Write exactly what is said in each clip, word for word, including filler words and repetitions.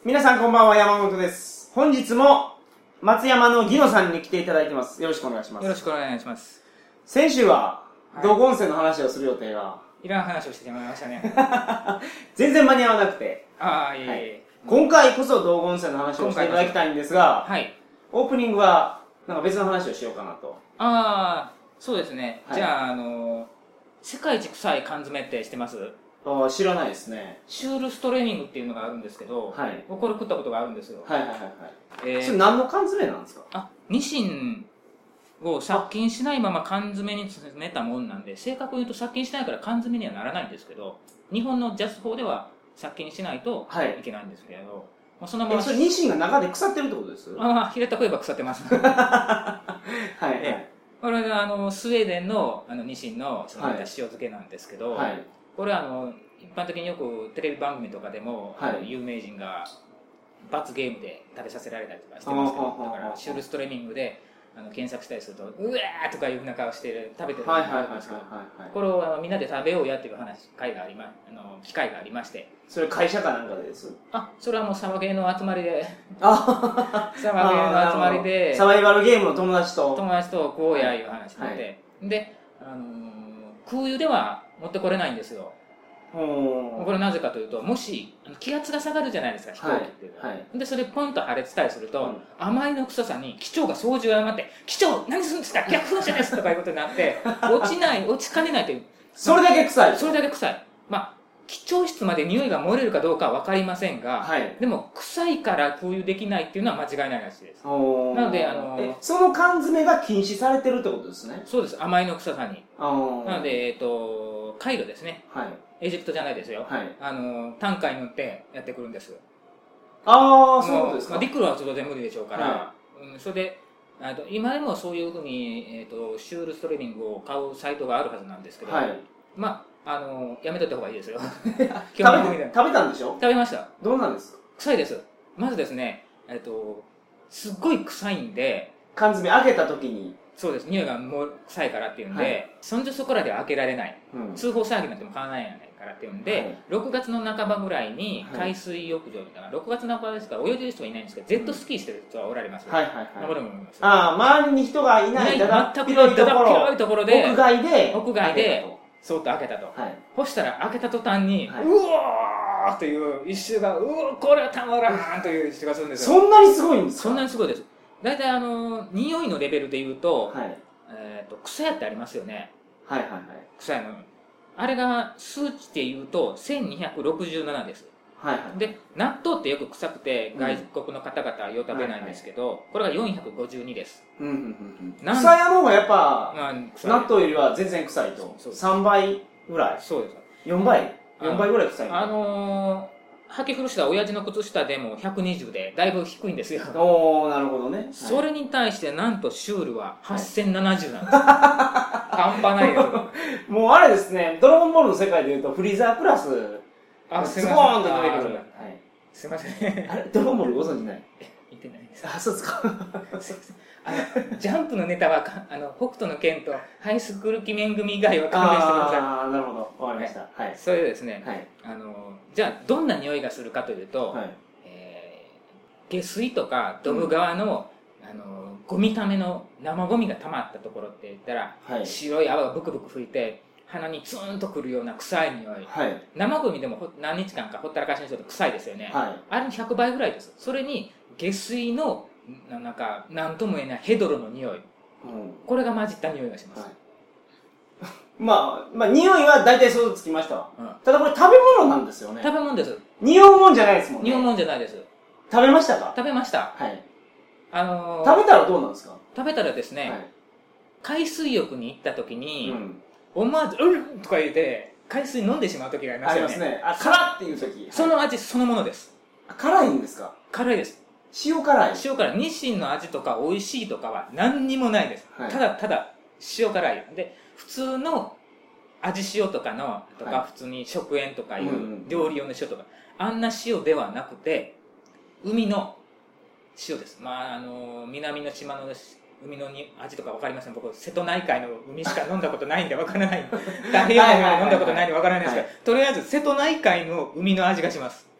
皆さんこんばんは、山本です。本日も松山のギノさんに来ていただいてます。よろしくお願いします。 よろしくお願いします。 先週は道後温泉の話をする予定が、 いらん話をしてしまいましたね。 全然間に合わなくて、 ああ、いえいえ、はい、 今回こそ道後温泉の話をしていただきたいんですが、 はい、 オープニングはなんか別の話をしようかなと。 ああ、そうですね、 はい、 じゃあ、あの世界一臭い缶詰って知ってます？ あ、知らないですね。 シュールストレーミングっていうのがあるんですけど、はい、これ食ったことがあるんですよ。 はいはいはいはい。えー、それ何の缶詰なんですか？ あ、ニシンを殺菌しないまま缶詰に詰めたもんなんで、正確に言うと殺菌しないから缶詰にはならないんですけど、日本のジャス法では殺菌しないといけないんですけれど、はい、まあ、そのまま。 それニシンが中で腐ってるってことです？ ああ、平たく言えば腐ってます。はいはい。これがあのスウェーデンのあのニシンのその塩漬けなんですけど、はい、これはあの一般的によくテレビ番組とかでも、はい、有名人が罰ゲームで食べさせられたりとかしてますけど、だからシュールストレーミングであの検索したりするとうわーとかいうふうな顔して食べてるのがあるんですけど、これをあのみんなで食べようやっていう話会がありまあの機会がありまして、 それ会社かなんかでです？ あ、それはもうサバゲーの集まりであサバゲーの集まりでサバイバルゲームの友達と友達とこうやいう話になって、はい、で、あのー、空輸では持ってこれないんですよ。これなぜかというと、もし気圧が下がるじゃないですか、飛行機っていうのは、はいはい、でそれポンと破裂したりすると、うん、あまりの臭さに機長が操縦を誤って「機長何するんですか、逆噴射です」とかいうことになって落ちない落ちかねないという、 それだけ臭いそれだけ臭い、まあ機長室まで匂いが漏れるかどうかは分かりませんが、はい、でも臭いから空輸できないっていうのは間違いないらしいです。なので、あのー、 その缶詰が禁止されてるってことですね。 そうです、あまりの臭さに。なので、えっとカイロですね、はい、エジプトじゃないですよ、はい、あのタンカーに乗ってやってくるんです。 ああ、そういうことですか。 まあ、陸路は当然無理でしょうから、はい、うん、それであと今でもそういうふうに、えー、とシュールストレーミングを買うサイトがあるはずなんですけど、はい、まああのやめといた方がいいですよ。 食べ食べたんでしょ？ 食べました。 どうなんですか？ 臭いです。まずですね、えっとすっごい臭いんで、 缶詰開けた時に、 そうです、匂いがもう臭いからっていうんで、はい、そんじょそこらでは開けられない、うん、通報騒ぎになっても買わないやないからっていうんで、はい、ろくがつの半ばぐらいに海水浴場みたいな、ろくがつの半ばですから泳いでる人はいないんですけど、ジェットスキーしてる人はおられますよ、 はいはいはい、 ああ、周りに人がいないだだ全く広いところ、広いところで屋外で屋外でそーっと開けたと、はい、そしたら開けた途端に、はい、うわーという一周が、うわこれはたまらんという一周がするんですよ。 そんなにすごいんですか？ そんなにすごいです。大体あの匂いのレベルでいうと、はい、えー、と草屋ってありますよね。 はいはいはい。 草屋のあれが数値でいうとせんにひゃくろくじゅうななです。はいはい、で納豆ってよく臭くて外国の方々はよう食べないんですけど、うんはいはい、これがよんひゃくごじゅうにです。うんうんうん、草屋の方がやっぱ、まあ、納豆よりは全然臭いと。そうそうさんばいぐらい。 そうです。 よんばいよんばいぐらい臭い。 あのー、履き古した親父の靴下でもひゃくにじゅうでだいぶ低いんですよ。 おー、なるほどね、はい、 それに対してなんとシュールははっせんななじゅうなんです、はい、半端ないですもうあれですね、ドラゴンボールの世界でいうとフリーザークラスあスコーンと出てくる。 すいませんあれドラゴンボールご存じない？ 言ってないです。 あ、そうですかあのジャンプのネタはあの北斗の拳とハイスクール鬼面組以外は勘弁してください。 ああ、なるほど、わかりました。はい。 それでですね、はい、あのじゃあどんな匂いがするかというと、はい、えー、下水とかドブ川の、うん、あのゴミための生ゴミが溜まったところって言ったら、はい、白い泡がブクブク吹いて鼻にツーンとくるような臭い匂い、はい、生ゴミでも何日間かほったらかしにすると臭いですよね、はい、あれのひゃくばいぐらいです。それに下水のなんか何とも言えないヘドロの匂い、うん、これが混じった匂いがします、はい、 まあ、まあ匂いは大体想像つきましたわ、うん、ただこれ食べ物なんですよね。 食べ物です。 匂うもんじゃないですもんね。 匂うもんじゃないです。 食べましたか？ 食べました、はい、あのー、 食べたらどうなんですか？ 食べたらですね、はい、海水浴に行った時に、うん、思わず「うん!」とか言って海水飲んでしまう時がありますよね。 ありますね。あ、辛っていう時、 その味そのものです。 辛いんですか？ 辛いです。 塩辛い。 塩辛い。日清の味とか美味しいとかは何にもないです、はい、ただただ塩辛いで、普通の味塩とかのとか、はい、普通に食塩とかいう料理用の塩とか、あんな塩ではなくて海の塩です。まああの南の島の海のに味とか分かりません。僕瀬戸内海の海しか飲んだことないんで分からない太平洋の海を飲んだことないんで分からないんですけど、とりあえず瀬戸内海の海の味がします。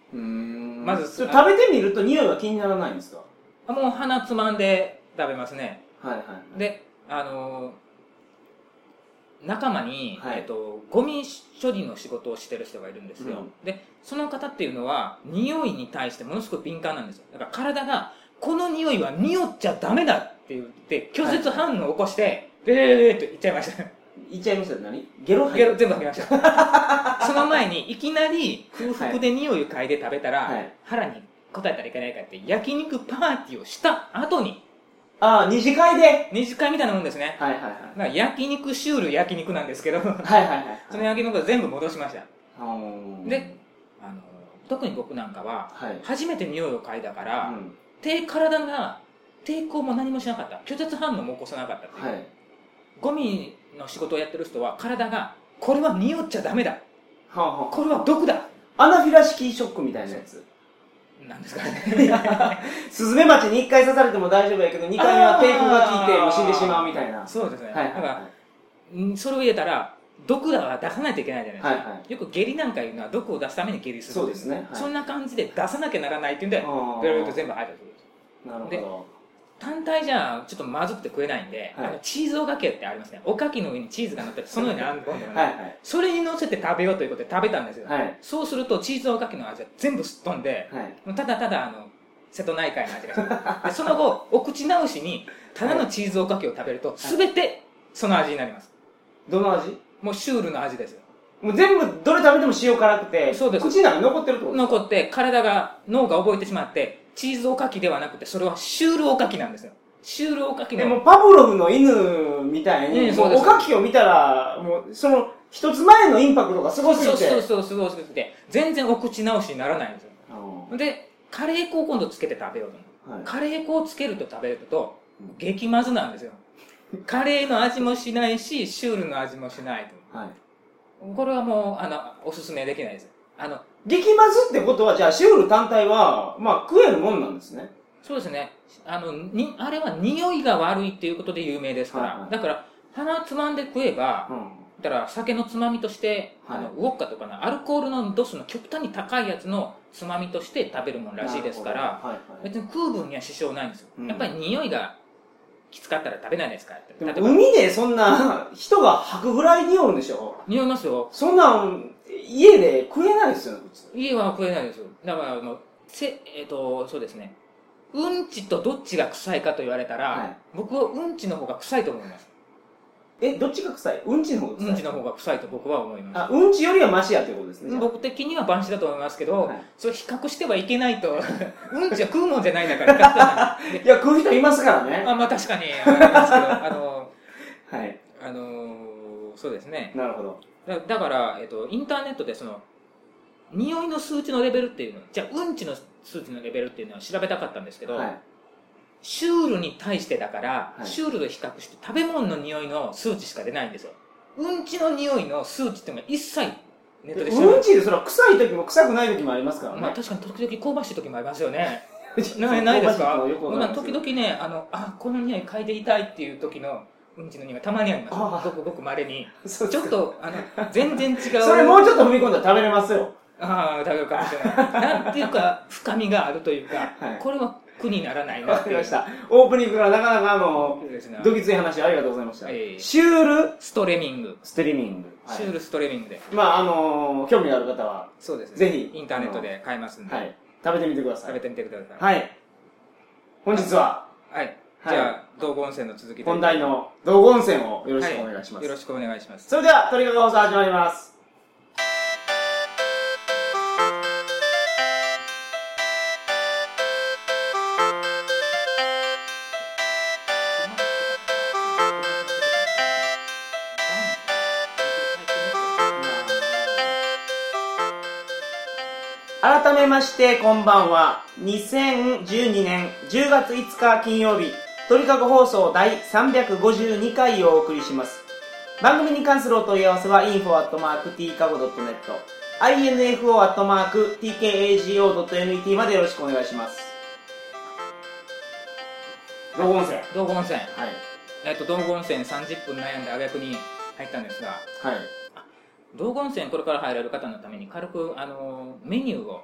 うーんまずそれ食べてみると匂いは気にならないんですか？ もう鼻つまんで食べますね。 はいはい、はい、 であの仲間に、 はい、 えっと、ゴミ処理の仕事をしてる人がいるんですよ、うん、でその方っていうのは匂いに対してものすごく敏感なんですよ。だから体がこの匂いは匂っちゃダメだって言って拒絶反応を起こして、ベーベーって言っちゃいました言っちゃいました。何ゲロ吐いゲロ全部吐きましたその前にいきなり空腹で匂いを嗅いで食べたら、はい、腹に応えたらいけないかって焼肉パーティーをした後にああ二次会で二次会みたいなもんですね。 はいはいはい。 まあ焼肉シュール焼肉なんですけどはいはいはい、はい、 その焼肉を全部戻しました。 であの特に僕なんかは、 はい、 初めて匂いを嗅いだから、 うん、 手体が抵抗も何もしなかった、拒絶反応も起こさなかったっていう、はい、ゴミの仕事をやってる人は体がこれは匂っちゃダメだ、はあはあ、 これは毒だ、 アナフィラキシーショックみたいなやつなんですかねスズメバチにいっかい刺されても大丈夫やけどにかいめは抵抗が効いてもう死んでしまうみたいな。 そうですね、 はいはいはい、 だからそれを入れたら毒だは出さないといけないじゃないですか、はいはい、よく下痢なんかいうのは毒を出すために下痢する。 そうですね、はい、 そんな感じで出さなきゃならないっていうんでベロベロと全部入ったそうです。 なるほど。 で単体じゃちょっとまずくて食えないんで、はい、あのチーズおかけってありますね。おかきの上にチーズが乗っててその上にあんこんでるので、はい、はい、それに乗せて食べようということで食べたんですよ、はい、そうするとチーズおかきの味は全部すっ飛んで、はい、ただただあの瀬戸内海の味がするでその後お口直しにただのチーズおかきを食べると全てその味になります。 どの味？ もうシュールの味ですよ。 もう全部どれ食べても塩辛くて、そうです、口の中に残ってるってことですか？ 残って体が脳が覚えてしまってチーズおかきではなくてそれはシュールおかきなんですよ。シュールおかきの。 でもパブロフの犬みたいに、ね、もうおかきを見たらもうその一つ前のインパクトがすごすぎて、 そうそうそうすごすぎて全然お口直しにならないんですよ。でカレー粉を今度つけて食べようと思う、はい、カレー粉をつけると食べると激まずなんですよカレーの味もしないしシュールの味もしないと、はい、これはもうあのおすすめできないです。あの激まずってことはじゃあシュール単体はまあ食えるもんなんですね。 そうですね。あのにあれは匂いが悪いっていうことで有名ですから、はいはい、だから鼻つまんで食えば、うん、だから酒のつまみとして、はい、あのウォッカとかのアルコールの度数の極端に高いやつのつまみとして食べるものらしいですから、はいはい、別に食う分には支障ないんですよ、うん、やっぱり匂いがきつかったら食べないですから。 でも海でそんな人が吐くぐらい匂うんでしょ？ 匂いますよ。 そんなん家で食えないですよね。 家は食えないですよ。だからあのせえっ、ー、とそうですね。うんちとどっちが臭いかと言われたら、はい、僕はうんちの方が臭いと思います。 え、どっちが臭い？うんちの方が臭い？ うんちの方が臭いと僕は思います。 あ、うんちよりはマシやということですね。 僕的にはマシだと思いますけど、はい、それ比較してはいけないとうんちは食うもんじゃないんだから比較したいや食う人いますからね。 あ、まあ確かにありますけどあのはいあのそうですね。 なるほど。 だ, だから、えっと、インターネットでその匂いの数値のレベルっていうの、じゃあうんちの数値のレベルっていうのは調べたかったんですけど、はい、シュールに対してだから、はい、シュールと比較して食べ物の匂いの数値しか出ないんですよ。うんちの匂いの数値っていうのが一切ネットで調べない。 うんちでそれは臭い時も臭くない時もありますからね。 まあ確かに時々香ばしい時もありますよねな, ないですか？時々ね、あのあこの匂い嗅いでいたいっていう時のうんちの匂いたまにあります。ごくごく稀にちょっとあの全然違うそれもうちょっと踏み込んだら食べれますよ。 ああ食べるかもしれないなんていうか深みがあるというか、はい、これは苦にならないなっていう。 わかりました。オープニングからなかなかあのどぎつい話ありがとうございました、えー、シュールストレミングストリミング、 はい、シュールストレミングでまああのー、興味がある方はそうですね、 ぜひインターネットで買えますんで、はい、 食べてみてください。 食べてみてください。 はい本日ははい、はい、じゃあ道後温泉の続きで本題の道後温泉をよろしくお願いします、 はい、よろしくお願いします。 それでは鳥かご放送始まります。改めましてこんばんは。にせんじゅうにねんじゅうがついつか金曜日、鳥かご放送だいさんびゃくごじゅうにかいをお送りします。番組に関するお問い合わせは インフォ アットマーク ティーカゴ ドットネット インフォ アットマーク ティーケーエージーオー ドットネット までよろしくお願いします。道後温泉道後温泉、 はい、 えっと道後温泉さんじゅっぷん悩んで挙句に入ったんですが、 はい、 道後温泉これから入られる方のために軽くあのメニューを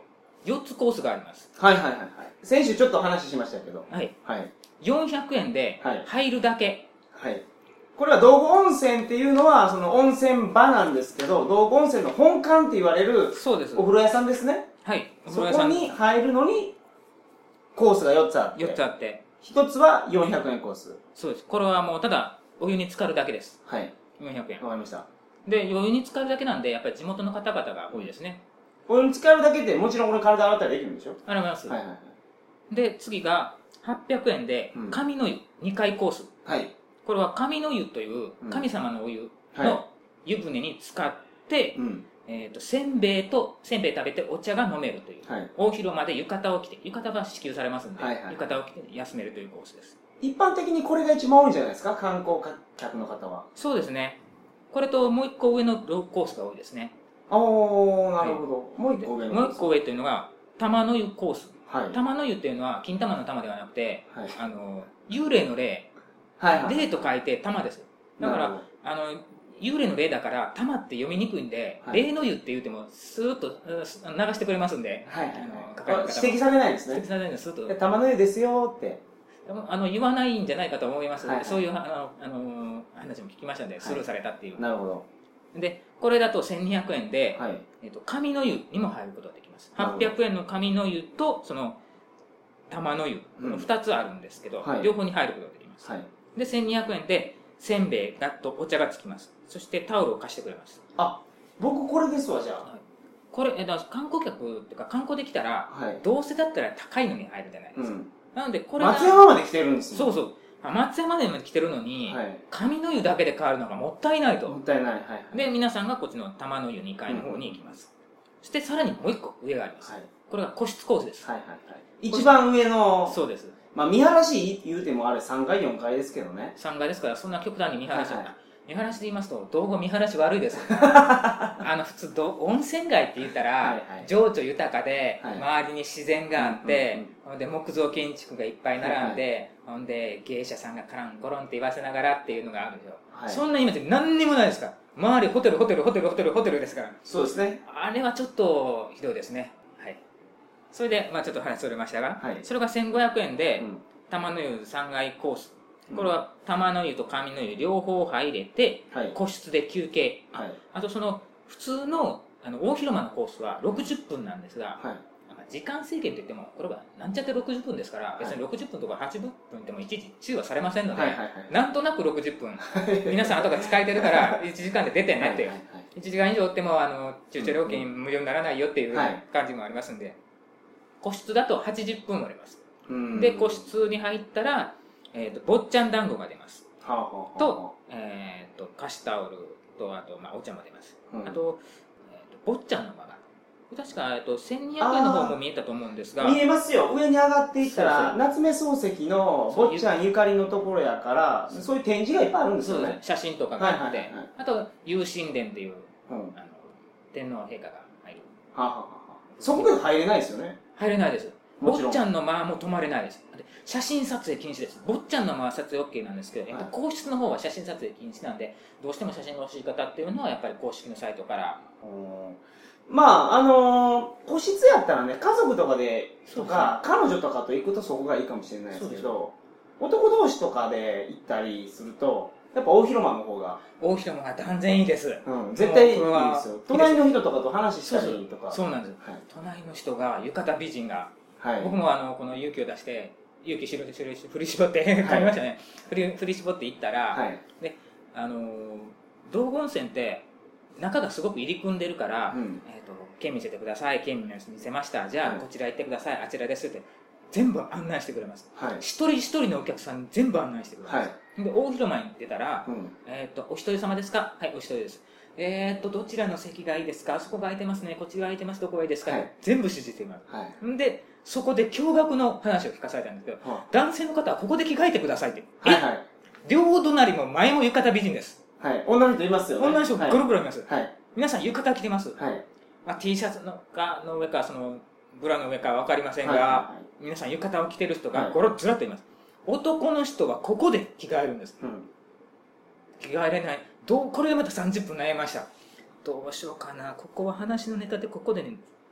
よっつコースがあります。 はいはいはいはい。先週ちょっと話しましたけど。 はい。 はい。 よんひゃくえんで入るだけ。 はい。はい、これは道後温泉っていうのは、その温泉場なんですけど、道後温泉の本館って言われる、 そうです。 お風呂屋さんですね。 はい。 そこに入るのに、コースがよっつあって。 よっつあって。 ひとつはよんひゃくえんコース。 そうです。これはもうただ、お湯に浸かるだけです。 はい。 よんひゃくえん。 わかりました。 で、お湯に浸かるだけなんで、やっぱり地元の方々が多いですね。 お湯に浸かるだけでもちろんこれ体洗ったらできるんでしょ？ 洗います。 はいはいはい。 で、次がはっぴゃくえんで、神の湯にかいコース。 はい。 これは神の湯という神様のお湯の湯船に浸かって、うん、えーと、せんべいと、せんべい食べてお茶が飲めるという、はい、大広間で浴衣を着て、浴衣は支給されますんで、はいはい、浴衣を着て休めるというコースです。 一般的にこれが一番多いんじゃないですか、観光客の方は。 そうですね。これともう一個上のコースが多いですね。 おー、なるほど。はい、もう一個上のコース。 もう一個上というのが、玉の湯コース。 はい、 玉の湯っていうのは、金玉の玉ではなくて、はい、あの、幽霊の霊。はいはい、霊と書いて玉です。だから、あの、幽霊の霊だから、玉って読みにくいんで、はい、霊の湯って言うても、スーッと流してくれますんで、 はい、あの指摘されないですね。 指摘されないのスーッと。 玉の湯ですよって。 あの言わないんじゃないかと思いますので、はいはい、そういうあのあの話も聞きましたので、スルーされたっていう。 はい、なるほど。 で、これだとせんにひゃくえんで、はい、えっと、神の湯にも入ることができます。はっぴゃくえんの神の湯と、その、玉の湯、このふたつあるんですけど、はい、両方に入ることができます。はい、で、せんにひゃくえんで、せんべいだとお茶がつきます。そしてタオルを貸してくれます。 あ、僕これですわ、じゃあ。はい、 これ、だから観光客っていうか観光できたら、はい、どうせだったら高いのに入るじゃないですか。うん、なのでこれ松山まで来てるんですね。 そうそう。松山まで来てるのに、はい、神の湯だけで変わるのがもったいないと。 もったいない。はい、はい、 で、皆さんがこっちの玉の湯にかいの方に行きます。うん、そしてさらにもう一個上があります。はい、これが個室コースです。はいはいはい。 一番上の。 そうです。 まあ見晴らし言うてもあれさんがいよんかいですけどね。 さんがいですからそんな極端に見晴らしは、はいはい、見晴らしで言いますと道後見晴らし悪いですあの普通ど温泉街って言ったら、はいはい、情緒豊かで、はい、周りに自然があって、ほ、うん、んで木造建築がいっぱい並んで、はいはい、ほんで芸者さんがカランコロンって言わせながらっていうのがあるんですよ、はい、そんなイメージ何にもないですから。周りホテルホテルホテルホテルホテルですから。 そうですね。 あれはちょっとひどいですね。はい。それで、まあ、ちょっと話それましたが、はい、それがせんごひゃくえんで、うん、玉の湯さんがいコース。これは玉の湯と神の湯両方入れて、はい、個室で休憩、はい、あとその普通 の, あの大広間のコースはろくじゅっぷんなんですが、はい、時間制限といってもこれはなんちゃってろくじゅっぷんですから、はい、別にろくじゅっぷんとかはちじゅっぷんでもいちいち注意はされませんので、はいはいはい、なんとなくろくじゅっぷん皆さん後が使えてるからいちじかんで出てねっていう、はいはいはい、いちじかん以上おってもあの駐車料金無料にならないよっていう感じもありますんで、はい、個室だとはちじゅっぷんあります。で個室に入ったらえー、と坊ちゃん団子が出ます、はあはあはあ、と,、えー、と菓子タオルとあと、まあ、お茶も出ます、うん、あと、えー、と坊ちゃんの間が確か、えー、とせんにひゃくえんの方も見えたと思うんですが、 見えますよ。上に上がっていったら夏目漱石の坊ちゃんゆかりのところやからそういう展示がいっぱいあるんですよね。そう写真とかがあって、はいはいはいはい、あと有神殿っていう、うん、あの天皇陛下が入る、はあはあはあ、 そこで入れないですよね。 入れないです。坊ちゃんの間も泊まれないです。写真撮影禁止です。坊ちゃんの間は撮影 OK なんですけど、はい、皇室の方は写真撮影禁止なんで、どうしても写真が欲しい方っていうのはやっぱり公式のサイトから。 まああのー、個室やったらね、家族とかでとか彼女とかと行くとそこがいいかもしれないですけど、男同士とかで行ったりするとやっぱ大広間の方が大広間が断然いいです、 うん、絶対いいですよ。隣の人とかと話したりとか。 そうなんです、はい、隣の人が浴衣美人が、はい、僕もあのこの勇気を出して勇気振り絞って帰りましたね、はい、振り振り絞っていったら、はい、であの道後温泉って中がすごく入り組んでるから、うん、えーと、券見せてください、券見せました、じゃあ、はい、こちら行ってください、あちらですって全部案内してくれます、はい、一人一人のお客さんに全部案内してくれます、はい、で大広間に出たら、うん、えーと、お一人様ですか、はい、お一人です、えーと、どちらの席がいいですか、そこが空いてますね、こっちが空いてます、どこがいいですか、はい、全部指示しています、はい、でそこで驚愕の話を聞かされたんですけど、はあ、男性の方はここで着替えてくださいって、はいはい、両隣も前も浴衣美人です、 はい、女の人いますよね、 女の人ゴロゴロいます、 はい、 皆さん浴衣着てます、はい、まあ、T シャツのかの上かそのブラの上か分かりませんが、はいはいはい、皆さん浴衣を着てる人がゴロずらっといます、はい、男の人はここで着替えるんです、うん、着替えれない、どうこれでまたさんじゅっぷん悩みました、どうしようかな、ここは話のネタでここでね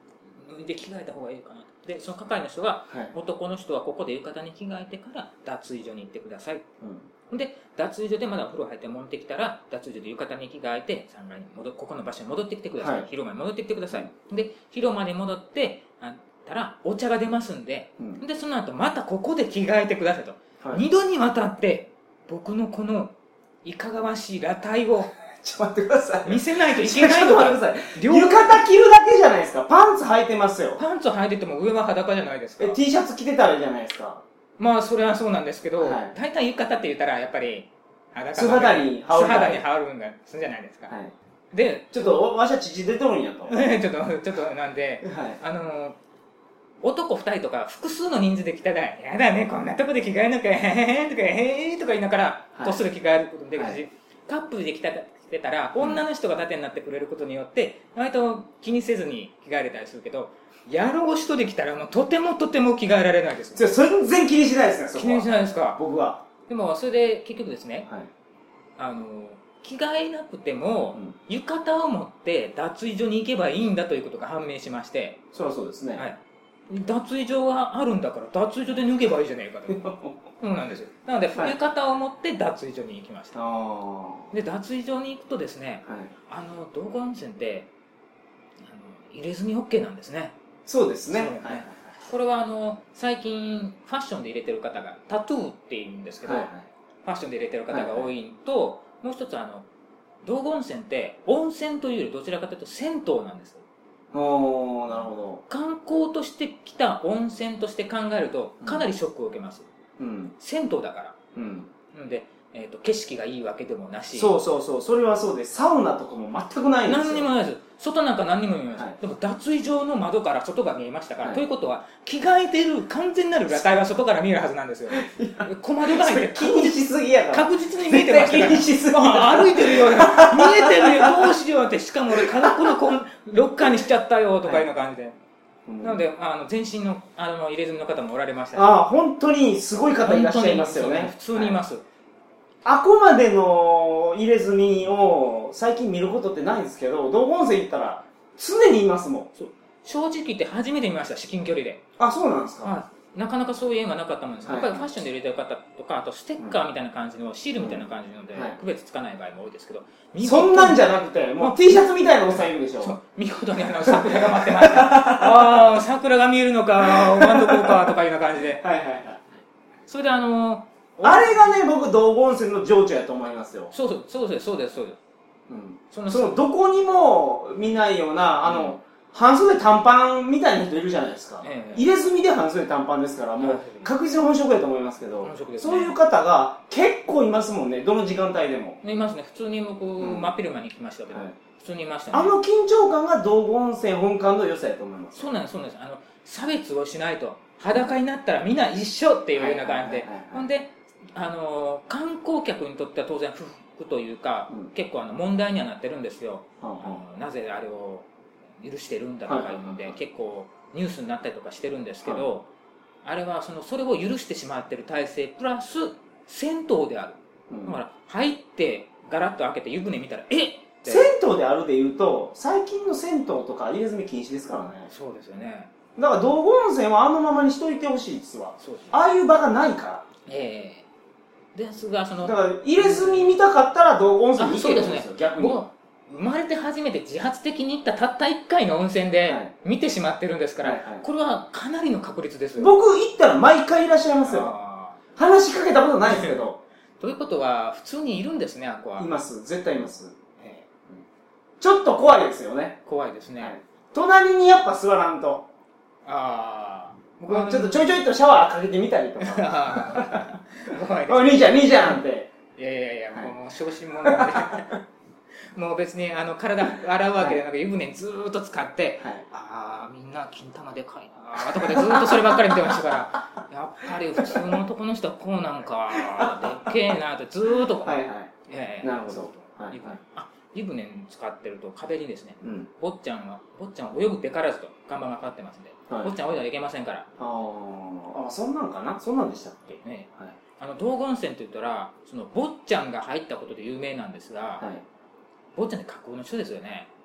脱いで着替えた方がいいかなでその係の人が、はい、男の人はここで浴衣に着替えてから脱衣所に行ってください、うん、で脱衣所でまだお風呂入って戻ってきたら脱衣所で浴衣に着替えてさんがいに戻ここの場所に戻ってきてください、はい、広間に戻ってきてください、うん、で広間に戻ってあたらお茶が出ますんで、うん、でその後またここで着替えてくださいと、はい、二度にわたって僕のこのいかがわしい裸体をちょっと待ってください。 見せないといけないのか。 浴衣着るだけじゃないですか。パンツ履いてますよ。 パンツ履いてても上は裸じゃないですか。 え、T シャツ着てたらいいじゃないですか。 まあ、それはそうなんですけど、はい、大体浴衣って言ったら、やっぱり、裸素肌に羽織る。素肌に羽織るんだ、するじゃないですか。はい、で、 ちょっと、わしは乳出とるんやと。 ちょっと、ちょっとなんで、はい、あの、男二人とか複数の人数で来たら、やだね、こんなとこで着替えなきゃ、へへへとか、へへとか言いながら、こっそり着替えることもできるし、はい、カップルで来たてたら女の人が盾になってくれることによって割と気にせずに着替えれたりするけど野郎一人来たらもうとてもとても着替えられないですよ。 全然気にしないですね。そこは気にしないですか。 僕はでもそれで結局ですね、はい、あの着替えなくても、うん、浴衣を持って脱衣所に行けばいいんだということが判明しまして。 そりゃそうですね、 はい、脱衣所があるんだから脱衣所で脱げばいいじゃないかとそうなんですよ。なので、はい、浴衣を持って脱衣所に行きました。で脱衣所に行くとですね、はい、あの道後温泉ってあの入れ墨 OK なんですね。 そうですね、はい、 これはあの最近ファッションで入れてる方がタトゥーっていうんですけど、はいはい、ファッションで入れてる方が多いのと、はいはい、もう一つあの道後温泉って温泉というよりどちらかというと銭湯なんです。 おー、なるほど。 観光として来た温泉として考えるとかなりショックを受けます、うん、銭湯だから、うん、なので、えーと、景色がいいわけでもなし。 そうそうそう、それはそうです。サウナとかも全くないんですよ。 何にもないです。外なんか何にも見えないです、はい、でも脱衣場の窓から外が見えましたから、はい、ということは着替えてる完全なる裸体は外から見えるはずなんですよ。小窓が入って気にしすぎやから確実に見えてましたから。 気にしすぎや歩いてるような見えてるよどうしようって、しかも俺家族のこのロッカーにしちゃったよとかいうような感じで、はい、うん、なのであの全身のあの入れ墨の方もおられました、ね、 ああ本当にすごい方いらっしゃいますよね。 普通にいます、はい、 あこまでの入れ墨を最近見ることってないんですけど、道後温泉行ったら常にいますもん。 そう正直言って初めて見ました、至近距離で。 あ、そうなんですか。 あなかなかそういう縁がなかったもんです、はい、やっぱりファッションで入れてる方とか、あとステッカーみたいな感じの、うん、シールみたいな感じので、はい、区別つかない場合も多いですけど、 そんなんじゃなくてもう T シャツみたいなおっさんいるでしょ。そう見事にあの桜が待ってましたああ桜が見えるのかワンドこうかとかいうような感じではいはい、はい、それであのあれがね僕道後温泉の情緒やと思いますよ。 そうそうそうですそうですそうです、 うん、そのそのどこにも見ないようなあの、うん、半袖短パンみたいな人いるじゃないですか、ええ、入れ墨で半袖短パンですからもう確実に本職やと思いますけど、ね、そういう方が結構いますもんね、どの時間帯でも。 いますね、普通に僕、うん、真っ昼間に来ましたけど、はい、普通にいましたね。 あの緊張感が道後温泉本館の良さやと思います。 そうなんですそうなんです、あの差別をしないと、裸になったらみんな一緒っていうような感じで、ほんであの観光客にとっては当然不服というか、うん、結構あの問題にはなってるんですよ、うん、あのなぜあれを許してるんだとかいうので、結構ニュースになったりとかしてるんですけど、あれはそのそれを許してしまってる体制プラス銭湯である、うん、だから入ってガラッと開けて湯船見たらえっ銭湯であるでいうと最近の銭湯とか入れ墨禁止ですからね。 そうですよね。 だから道後温泉はあのままにしといてほしいですわ。そうです、ね、ああいう場がないから。ええー、ですがそのだから入れ墨見たかったら道後温泉に行けるんですよ、ね、逆に。 生まれて初めて自発的に行ったたったいっかいの温泉で見てしまってるんですから、はいはいはい、これはかなりの確率ですよ。 僕行ったら毎回いらっしゃいますよ。話しかけたことないですけどということは普通にいるんですね、あこは。 います、絶対います、えー、ちょっと怖いですよね。 怖いですね、はい、 隣にやっぱ座らんと。 ああ僕ちょっとちょいちょいとシャワーかけてみたりとか怖いです、ね、 おい兄ちゃん兄ちゃんっていやいやいや、はい、もう小心者なんでもう別にあの体洗うわけでなく、湯船にずーっと使って、はい、ああみんな金玉でかいなとかでずーっとそればっかり見てましたからやっぱり普通の男の人はこうなんかでっけえなってずーっとはいはい、えー、なるほど、 はいはい、あ湯船に使ってると壁にですね、うん、坊ちゃんは坊ちゃん泳ぐべからずと看板がかかってますんで、はい、坊ちゃん泳いだらいけませんから。 ああそんなんかな、そんなんでしたっけね、 はい、あの道後温泉といったらその坊ちゃんが入ったことで有名なんですが、はい、坊ちゃんって架空の人ですよね。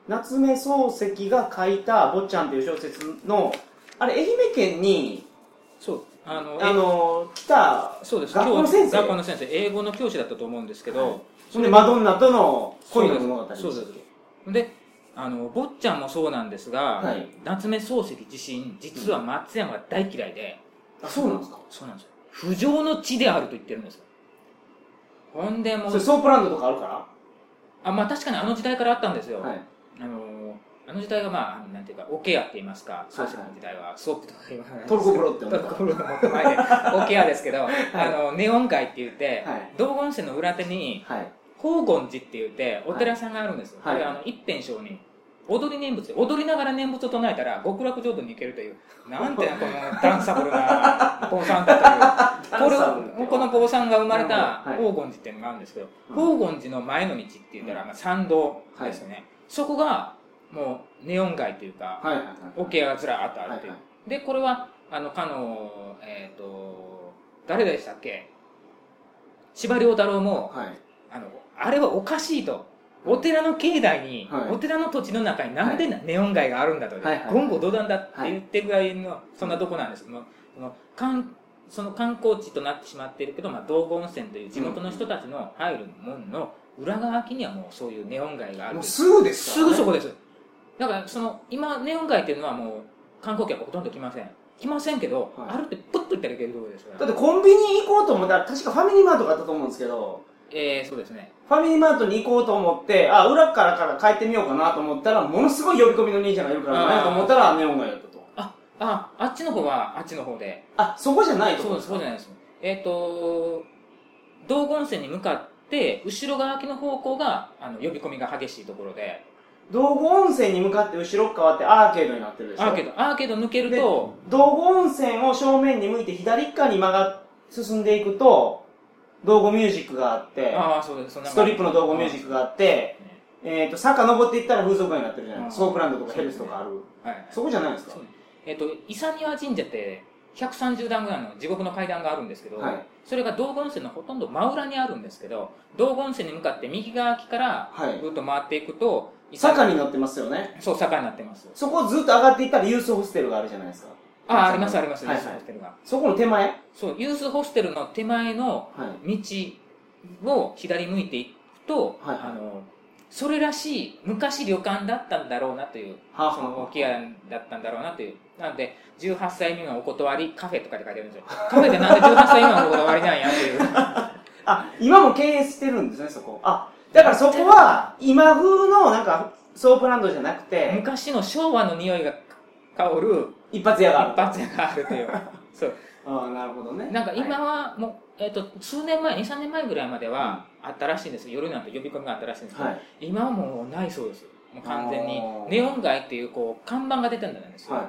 夏目漱石が書いた坊ちゃんっていう小説の、あれ愛媛県に、 そうあのあの来たそうです学校の先生学校の先生英語の教師だったと思うんですけど、はい、 それでマドンナとの恋の物語でしたっけ。 そうですであの坊ちゃんもそうなんですが、はい、夏目漱石自身実は松山が大嫌いで、 うん、あそうなんですか。 そうなんですよ。不浄の地であると言ってるんですよ。ほんでもうそれソープランドとかあるから。 あまあ確かにあの時代からあったんですよ、 はい、 あのあの時代がまあなんていうかオケアって言いますか、漱石の時代はソープとか言わないトルコ風呂って思ったトルコ風呂のもっと前でオケアですけど、はい、あのネオン街って言って、はい、道後温泉の裏手に、はい、宝厳寺って言ってお寺さんがあるんですよ、はい、これあの一辺上に踊り念仏で踊りながら念仏を唱えたら極楽浄土に行けるというなんてこのダンサブルな坊さんだというこれこの坊さんが生まれた宝厳寺っていうのがあるんですけど、宝厳寺の前の道って言ったら、まあ、参道ですよね、はい、そこがもうネオン街というかオケアがずらーっとあるという、はいはい、でこれはあのかのえっ、ー、と誰でしたっけ司馬遼太郎も、はい、あのあれはおかしいとお寺の境内に、はい、お寺の土地の中になんでネオン街があるんだと、はい、言語道断だって言ってぐらいの、はい、そんなとこなんですけども、その観その観光地となってしまっているけど、まあ、道後温泉という地元の人たちの入る門の裏側にはもうそういうネオン街がある。 もうすぐですか、ね、すぐそこです。だからその今ネオン街っていうのはもう観光客ほとんど来ません来ませんけど、はい、あるってプッと行ったらいけるところですよ。 だってコンビニ行こうと思ったら確かファミリーマートがあったと思うんですけど、 えー、そうですね。 ファミリーマートに行こうと思って、あ、裏からから帰ってみようかなと思ったら、ものすごい呼び込みの兄ちゃんがいるからなと思ったら、ネオン街だったと。 あ、あ、あっちの方は、あっちの方で。 あ、そこじゃないところですか。 そう、そうじゃないです。えっ、ー、と、道後温泉に向かって、後ろ側の方向が、あの、呼び込みが激しいところで。 道後温泉に向かって後ろ側ってアーケードになってるでしょ。 アーケード、アーケード抜けると、 道後温泉を正面に向いて左側に曲が進んでいくと、道後ミュージックがあって、 あそうですストリップの道後ミュージックがあって、えっと、坂登っていったら風俗街になってるじゃないですか。ソープランドとかヘルスとかある。はい、そこじゃないですか。 えっと、伊佐庭神社ってひゃくさんじゅうだんぐらいの地獄の階段があるんですけど、はい、それが道後温泉のほとんど真裏にあるんですけど、道後温泉に向かって右側からぐっと回っていくと、 はい、坂に乗ってますよね。 そう、坂になってます。 そこをずっと上がっていったらユースホステルがあるじゃないですか。 あ、ありますあります、ユースホステルが。 そこの手前？ そう、ユースホステルの手前の道を左向いていくと、はいはい、あの、それらしい昔旅館だったんだろうなという、はあはあ、その置屋だったんだろうなという。なので、じゅうはっさい未満お断りカフェとかって書いてあるんですよ。カフェでなんでじゅうはっさい未満お断りなんやっていう。 あ、今も経営してるんですね、そこ。あ、だからそこは今風のなんかソープランドじゃなくて、 昔の昭和の匂いが香る一発屋がある。 一発屋があるという。そう。 ああ、なるほどね。 なんか今はもう、えっと、数年前、に、さんねんまえぐらいまではあったらしいんです。夜なんて呼び込みがあったらしいんですけど、はい、今はもうないそうです。もう完全に。ネオン街っていうこう看板が出てるんですよ。はい、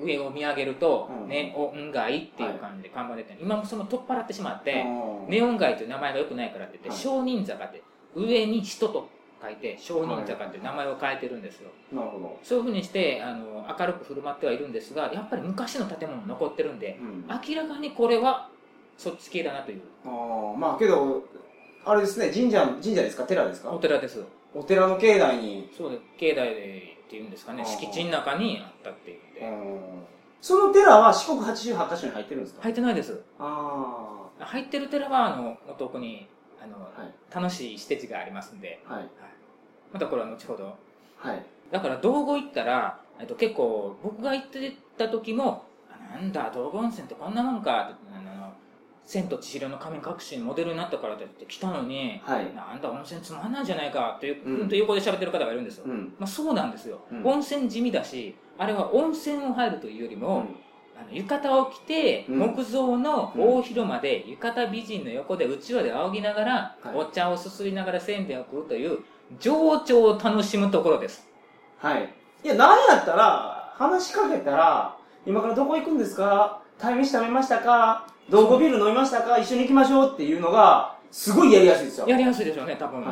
上を見上げると、うん、ネオン街っていう感じで看板が出てる。今もその取っ払ってしまって、ネオン街という名前が良くないからって言って、少人坂って、上に人と書いて少人坂っていう名前を変えてるんですよ。 なるほど。 そういうふうにしてあの明るく振る舞ってはいるんですが、やっぱり昔の建物残ってるんで、うん、明らかにこれはそっち系だなという。 ああ、まあけどあれですね、神社神社ですか、寺ですか？ お寺です。 お寺の境内に。 そうです。境内っていうんですかね、敷地の中にあったっていうんで。 その寺は四国はちじゅうはちかしょに入ってるんですか？ 入ってないです。 ああ。 入ってる寺はあのお遠くにあの、はい、楽しい施設がありますんで、はいはい、またこれは後ほど。はい。だから道後行ったら、えっと、結構僕が行ってた時も、なんだ道後温泉ってこんなもんかって、あの千と千尋の仮面隠しにモデルになったからって言って来たのに、はい、なんだ温泉つまんないじゃないかっていう、うん、横で喋ってる方がいるんですよ。うん、まあそうなんですよ、うん。温泉地味だし、あれは温泉を入るというよりも、うん、あの浴衣を着て、うん、木造の大広間で浴衣美人の横でうちわで仰ぎながら、はい、お茶をすすりながらせんべいを食うという情緒を楽しむところです。 はい。いや、なんやったら話しかけたら、今からどこ行くんですか？鯛めし食べましたか？道後ビール飲みましたか？一緒に行きましょうっていうのがすごいやりやすいですよ。 やりやすいでしょうね、多分。はい、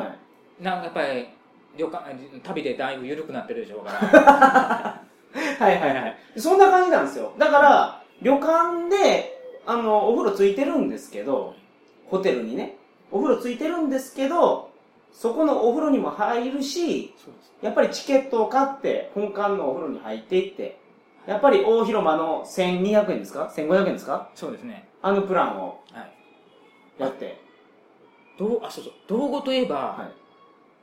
なんかやっぱり旅館旅でだいぶ緩くなってるでしょうから。 はいはいはい。そんな感じなんですよ。だから、旅館で、あの、お風呂ついてるんですけど、ホテルにね、お風呂ついてるんですけど、 そこのお風呂にも入るし、やっぱりチケットを買って本館のお風呂に入っていって、やっぱり大広間のせんにひゃくえんですか ?せんごひゃくえんですか？ そうですね。 あのプランをやって。はい、 どうあ、そうそう。道後といえば、はい、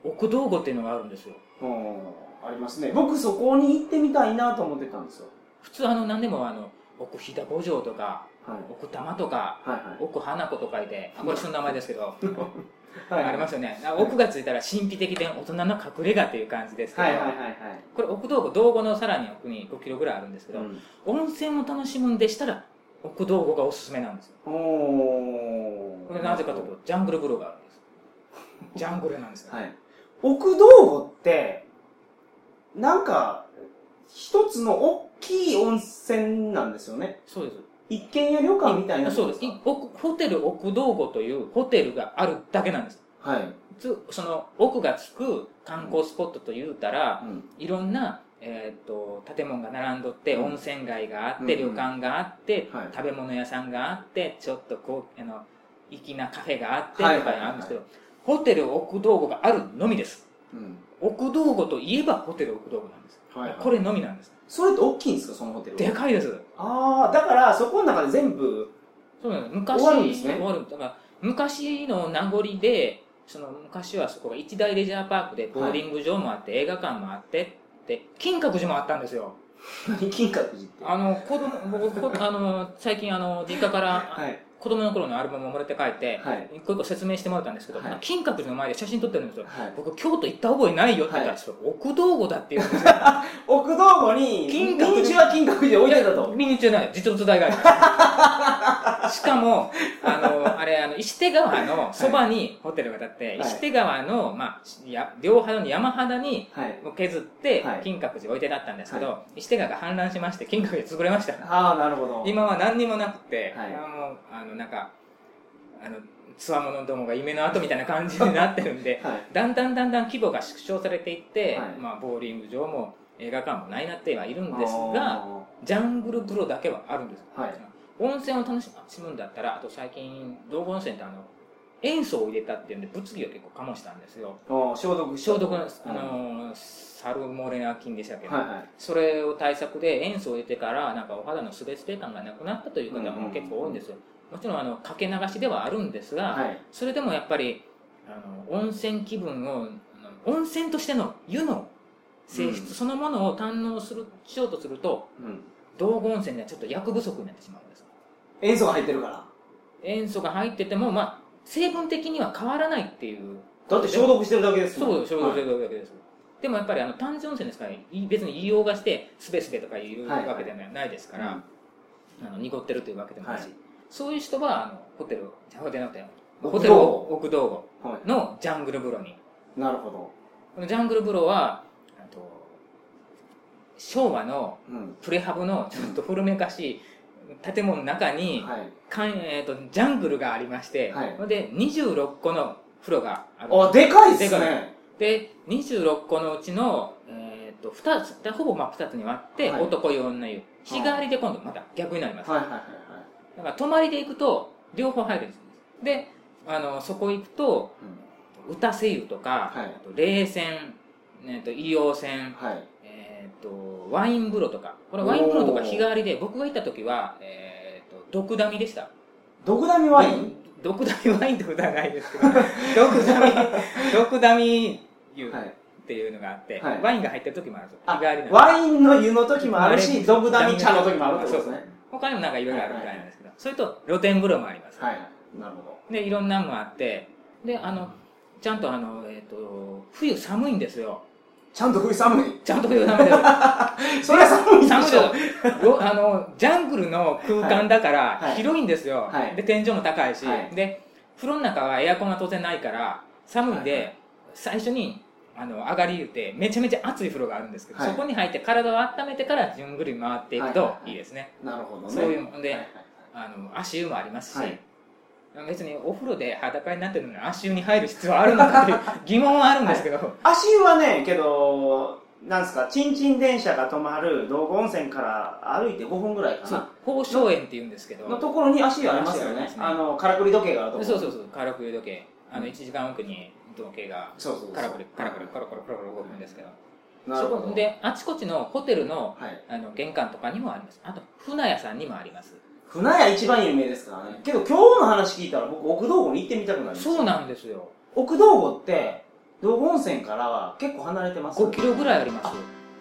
奥道後っていうのがあるんですよ。 ありますね。僕そこに行ってみたいなと思ってたんですよ。 普通あの何でもあの奥飛騨牧場とか、はい、奥多摩とか、はいはい、奥花子と書いて、これその名前ですけど、はい、ありますよね。奥がついたら神秘的で大人の隠れ家っていう感じですけど、はいはいはいはい、これ奥道後、道後のさらに奥にごキロぐらいあるんですけど、うん、温泉を楽しむんでしたら奥道後がおすすめなんですよ。おこれなぜかというとジャングル風呂があるんです。ジャングルなんですよ、はい、 奥道後ってなんか一つの大きい温泉なんですよね。 そうです。 一軒家旅館みたいな。 そうです。ホテル奥道後というホテルがあるだけなんです。はい。その奥がつく観光スポットと言うたら、うん、いろんな、えー、と建物が並んどって、うん、温泉街があって、うん、旅館があって、はい、食べ物屋さんがあって、ちょっとこうあの粋なカフェがあってとかあるんですけど、ホテル奥道後があるのみです。うん、奥道後といえばホテル奥道後なんです。はいはい、これのみなんです。 それって大きいんですか、そのホテルは？ でかいです。 ああ、だからそこの中で全部そうなんです。昔終わるんですね。終わる。だから昔の名残で、その昔はそこが一大レジャーパークでボーリング場もあって、はい、映画館もあってで金閣寺もあったんですよ。 何金閣寺って？ あの子供僕あの最近あの実家から、はい、子供の頃のアルバムをもらって帰って、はい、一個一個説明してもらったんですけど、はい、金閣寺の前で写真撮ってるんですよ、はい、僕京都行った覚えないよって言ったら、はい、奥道後だって言うんですよ。 奥道後にミニチュア金閣寺置いてたと。 ミニチュアない実物大があります。しかもあのあれあの石手川のそばにホテルが建って、はい、石手川の、まあ、や両肌の山肌に削って、はい、金閣寺置いてあったんですけど、はい、石手川が氾濫しまして金閣寺潰れました。 ああ、なるほど。 今は何にもなくて、はい、あのあのなんかあのつわものどもが夢の跡みたいな感じになってるんで、はい、だんだんだんだん規模が縮小されていって、はい、まあ、ボーリング場も映画館もないなってはいるんですが、ジャングル風呂だけはあるんです、はい、温泉を楽しむんだったら、あと最近道後温泉ってあの塩素を入れたっていうんで物議を結構醸したんですよ。 消毒消毒の、あのー、サルモネラ菌でしたけど、はいはい、それを対策で塩素を入れてからなんかお肌のスベスベ感がなくなったという方も結構多いんですよ。もちろんあのかけ流しではあるんですが、はい、それでもやっぱりあの温泉気分を温泉としての湯の性質そのものを堪能するしようとすると、うん、道後温泉ではちょっと薬不足になってしまうんです。 塩素が入ってるから。 塩素が入ってても、まあ、成分的には変わらないっていう。 だって消毒してるだけですもん。そう、消毒してるだけです、はい、でもやっぱりあの単純温泉ですから別に硫黄がしてスベスベとかいうわけではないですから、はいはい、あの濁ってるというわけでもないし、はい、そういう人はあのホテルホテルホテル奥道後のジャングル風呂に、 なるほど。 このジャングル風呂はあと昭和のプレハブのちょっと古めかしい建物の中に、はい、かんえー、とジャングルがありまして、はい、でにじゅうろっこの風呂がある。 あ、でかいっすね。 でにじゅうろっこのうちの、えー、とふたつほぼまあふたつに割って、はい、男湯女湯日替わりで今度また逆になります、はいはいはいはい、だから泊まりで行くと両方入るんです。であのそこ行くと、うん、打たせ湯とか、はい、あと冷泉、えー、と硫黄泉、はい、えー、とワイン風呂とか、これワイン風呂とか日替わりで、僕が行った時は、えー、と毒ダミでした。 毒ダミワイン？ 毒ダミワインってことはないですけど毒ダミ毒ダミ湯っていうのがあって、はい、ワインが入ってる時もあるんですよ。日替わりなんでワインの湯の時もあるし、毒ダミ茶の時もあるってことですね。 他にもなんかいろいろあるみたいなんですけど、それと露天風呂もあります、 はい、なるほど。 でいろんなのもあって、であのちゃんとあの、えー、と冬寒いんですよ。 ちゃんと冬寒い。 ちゃんと冬寒いです。 それは寒いでしょ。寒いですあのジャングルの空間だから広いんですよ、はいはい、で天井も高いし、はい、で風呂の中はエアコンが当然ないから寒いんで、はいはい、最初にあの上がり言うてめちゃめちゃ熱い風呂があるんですけど、はい、そこに入って体を温めてからじゅんぐり回っていくといいですね、 はいはいはい、なるほどね。 そういうので、はいはい、あの足湯もありますし、はい、別にお風呂で裸になってるのに足湯に入る必要あるのかという疑問はあるんですけど、はい、 足湯はね、けどなんですか、ちんちん電車が止まる道後温泉から歩いてごふんぐらいかな、 宝生園っていうんですけどのところに足湯ありますよね。あのからくり時計があるところ。 そうそうそう、からくり時計、あのいちじかんおくに時計がそうそうそうカラクリカラクリコロコロコロコロ動くんですけど、 なるほど。 そこであちこちのホテルの、 はい、 あの玄関とかにもあります。あと船屋さんにもあります。 船屋一番有名ですからね。けど今日の話聞いたら僕奥道後に行ってみたくなりました。 そうなんですよ。 奥道後って道後温泉からは結構離れてます。 ごキロぐらいあります。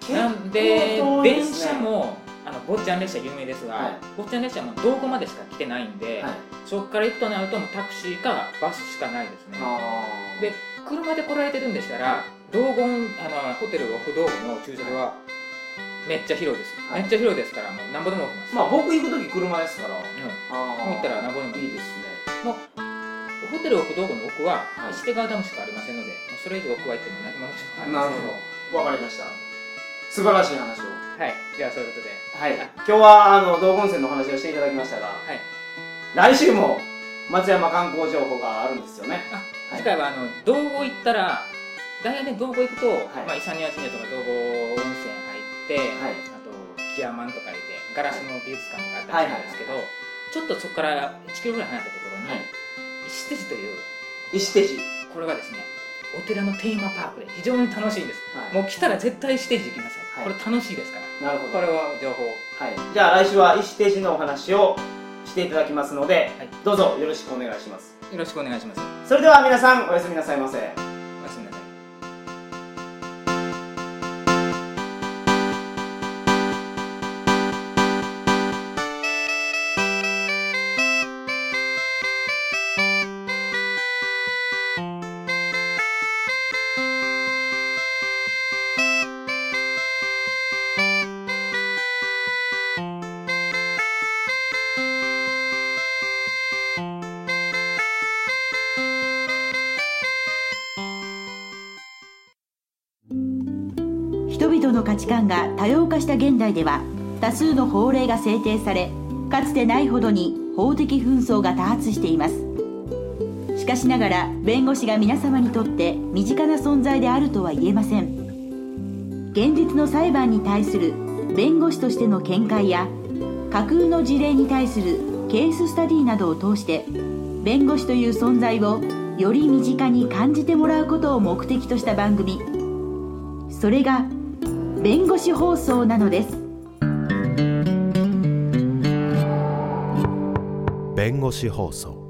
なんで電車もあの坊ちゃん列車有名ですが、はい、坊ちゃん列車も道後までしか来てないんで、はい、そこから行くとなるともうタクシーかバスしかないですね。で車で来られてるんでしたら、道後あのホテル奥道後の駐車場はめっちゃ広いです、はい、めっちゃ広いですからもうなんぼでも置きます。 まあ僕行く時車ですから、うん、 あもう行ったらなんぼでもいいですね。もうホテル奥道後の奥は石手川ダムしかありませんので、もうそれ以上奥は行っても何もしかありません。 なるほど、わかりました。素晴らしい話を。 はい、ではそういうことで、 はい、今日はあの道後温泉の話をしていただきましたが、はい、来週も松山観光情報があるんですよね。 あ、はい、次回はあの道後行ったら大体ね道後行くと、はい、まあ、伊佐庭神社とか道後温泉入って、はい、あと木屋満とか行ってガラスの美術館があったりするんですけど、ちょっとそこからいちキロぐらい離れたところに、はい、石手寺という石手寺、 これがですねお寺のテーマパークで非常に楽しいんです、はい、もう来たら絶対石手寺行きなさい、はい、これ楽しいですから。 なるほど、 これは情報、 はい、じゃあ来週は石手寺のお話をしていただきますので、はい、どうぞよろしくお願いします。 よろしくお願いします。 それでは皆さんおやすみなさいませ。 おやすみなさい。 人々の価値観が多様化した現代では多数の法令が制定され、かつてないほどに法的紛争が多発しています。しかしながら弁護士が皆様にとって身近な存在であるとは言えません。現実の裁判に対する弁護士としての見解や架空の事例に対するケーススタディなどを通して弁護士という存在をより身近に感じてもらうことを目的とした番組、それが弁護士放送なのです。 弁護士放送。